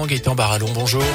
Gaëtan Barallon, bonjour.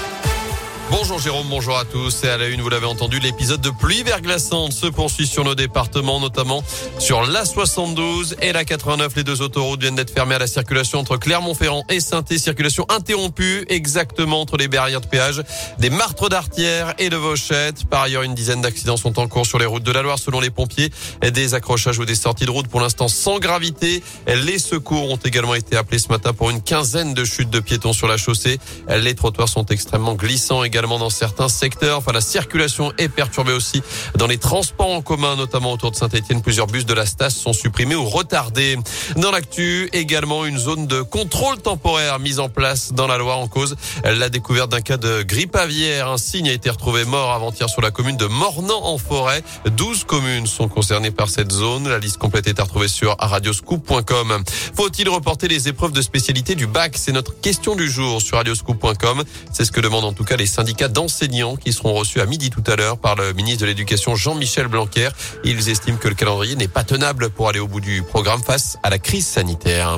Bonjour Jérôme, bonjour à tous. Et à la une, vous l'avez entendu, l'épisode de pluie verglaçante se poursuit sur nos départements, notamment sur l'A72 et la 89. Les deux autoroutes viennent d'être fermées à la circulation entre Clermont-Ferrand et Sainté. Circulation interrompue exactement entre les barrières de péage des Martres d'Artière et de Vauchette. Par ailleurs, une dizaine d'accidents sont en cours sur les routes de la Loire selon les pompiers. Des accrochages ou des sorties de route pour l'instant sans gravité. Les secours ont également été appelés ce matin pour une quinzaine de chutes de piétons sur la chaussée. Les trottoirs sont extrêmement glissants également dans certains secteurs. Enfin, la circulation est perturbée aussi dans les transports en commun, notamment autour de Saint-Etienne. Plusieurs bus de la Stas sont supprimés ou retardés. Dans l'actu, également une zone de contrôle temporaire mise en place dans la Loire en cause la découverte d'un cas de grippe aviaire. Un cygne a été retrouvé mort avant-hier sur la commune de Mornan-en-Forêt. 12 communes sont concernées par cette zone. La liste complète est à retrouver sur radioscoop.com. Faut-il reporter les épreuves de spécialité du bac? C'est notre question du jour sur radioscoop.com. C'est ce que demandent en tout cas les syndicats d'enseignants qui seront reçus à midi tout à l'heure par le ministre de l'Éducation Jean-Michel Blanquer. Ils estiment que le calendrier n'est pas tenable pour aller au bout du programme face à la crise sanitaire.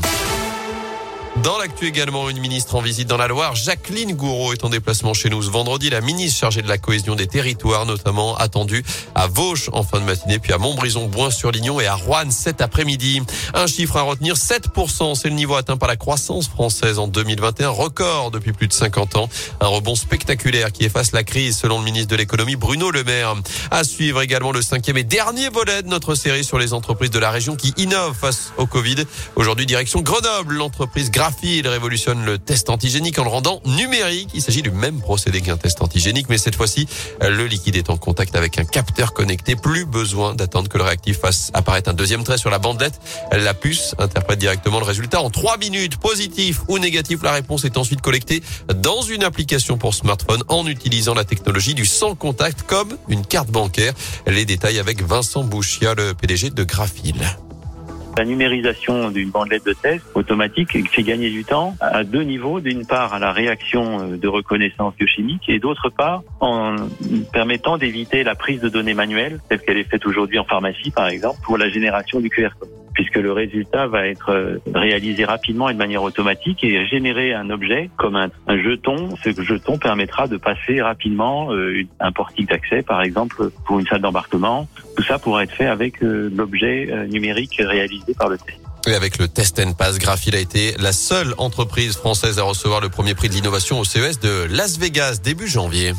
Dans l'actu également, une ministre en visite dans la Loire. Jacqueline Gouraud est en déplacement chez nous ce vendredi. La ministre chargée de la cohésion des territoires, notamment attendue à Vauche en fin de matinée, puis à Montbrison, Boin-sur-Lignon et à Roanne cet après-midi. Un chiffre à retenir, 7%. C'est le niveau atteint par la croissance française en 2021, record depuis plus de 50 ans. Un rebond spectaculaire qui efface la crise, selon le ministre de l'économie Bruno Le Maire. À suivre également le 5e et dernier volet de notre série sur les entreprises de la région qui innovent face au Covid. Aujourd'hui, direction Grenoble, l'entreprise Graphil révolutionne le test antigénique en le rendant numérique. Il s'agit du même procédé qu'un test antigénique, mais cette fois-ci, le liquide est en contact avec un capteur connecté. Plus besoin d'attendre que le réactif fasse apparaître un deuxième trait sur la bandelette. La puce interprète directement le résultat en 3 minutes. Positif ou négatif, la réponse est ensuite collectée dans une application pour smartphone en utilisant la technologie du sans contact comme une carte bancaire. Les détails avec Vincent Bouchia, le PDG de Graphil. La numérisation d'une bandelette de test automatique fait gagner du temps à deux niveaux. D'une part, à la réaction de reconnaissance biochimique et d'autre part, en permettant d'éviter la prise de données manuelles, telle qu'elle est faite aujourd'hui en pharmacie, par exemple, pour la génération du QR code. Puisque le résultat va être réalisé rapidement et de manière automatique et générer un objet comme un jeton. Ce jeton permettra de passer rapidement un portique d'accès, par exemple, pour une salle d'embarquement. Tout ça pourra être fait avec l'objet numérique réalisé par le test. Et avec le Test & Pass, Graphil a été la seule entreprise française à recevoir le premier prix de l'innovation au CES de Las Vegas début janvier.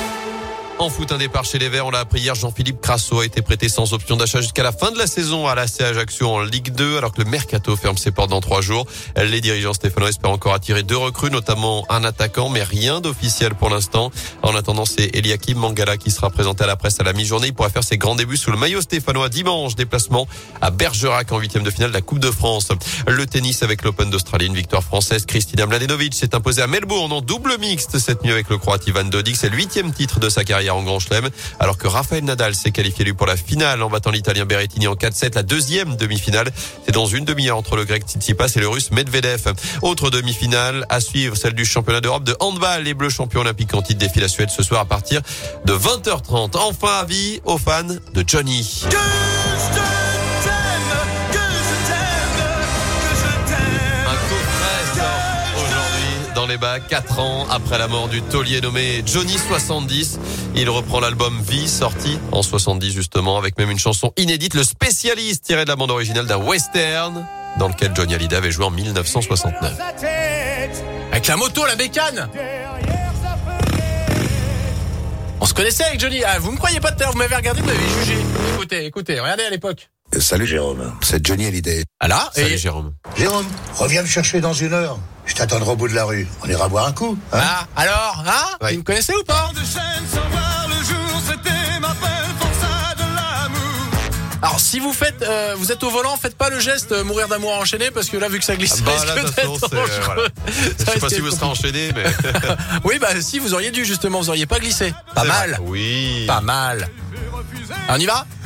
En foot, un départ chez les Verts, on l'a appris hier, Jean-Philippe Crasso a été prêté sans option d'achat jusqu'à la fin de la saison à l'AC Ajaccio en Ligue 2, alors que le Mercato ferme ses portes dans 3 jours. Les dirigeants stéphanois espèrent encore attirer 2 recrues, notamment un attaquant, mais rien d'officiel pour l'instant. En attendant, c'est Eliakim Mangala qui sera présenté à la presse à la mi-journée. Il pourra faire ses grands débuts sous le maillot stéphanois dimanche. Déplacement à Bergerac en 8e de finale de la Coupe de France. Le tennis avec l'Open d'Australie, une victoire française. Kristina Mladenovic s'est imposée à Melbourne en double mixte cette nuit avec le Croate Ivan Dodig. C'est le 8e titre de sa carrière en Grand Chelem, alors que Rafael Nadal s'est qualifié lui pour la finale en battant l'Italien Berrettini en 4-7. La deuxième demi-finale, c'est dans une demi-heure entre le Grec Tsitsipas et le Russe Medvedev. Autre demi-finale à suivre, celle du championnat d'Europe de handball. Les Bleus champions olympiques en titre défient la Suède ce soir à partir de 20h30. Enfin, avis aux fans de Johnny. Dans les bacs, 4 ans après la mort du taulier nommé Johnny 70. Il reprend l'album Vie, sorti en 70 justement, avec même une chanson inédite, Le Spécialiste, tiré de la bande originale d'un western dans lequel Johnny Hallyday avait joué en 1969. Avec la moto, la bécane. On se connaissait avec Johnny. Ah, vous me croyez pas tout à l'heure, vous m'avez regardé, vous m'avez jugé. Écoutez, regardez à l'époque. Salut Jérôme, c'est Johnny Hallyday. Ah là, salut Jérôme. Jérôme, reviens me chercher dans 1 heure. Je t'attendrai au bout de la rue. On ira boire un coup. Hein, ah, alors, ouais. Vous me connaissez ou pas? Alors, si vous faites, vous êtes au volant, faites pas le geste mourir d'amour enchaîné, parce que là, vu que ça glisse, là, de toute façon, voilà. Je sais pas si vous serez enchaîné, mais oui, si vous auriez dû justement, vous auriez pas glissé. Pas mal. Oui. Pas mal. On y va?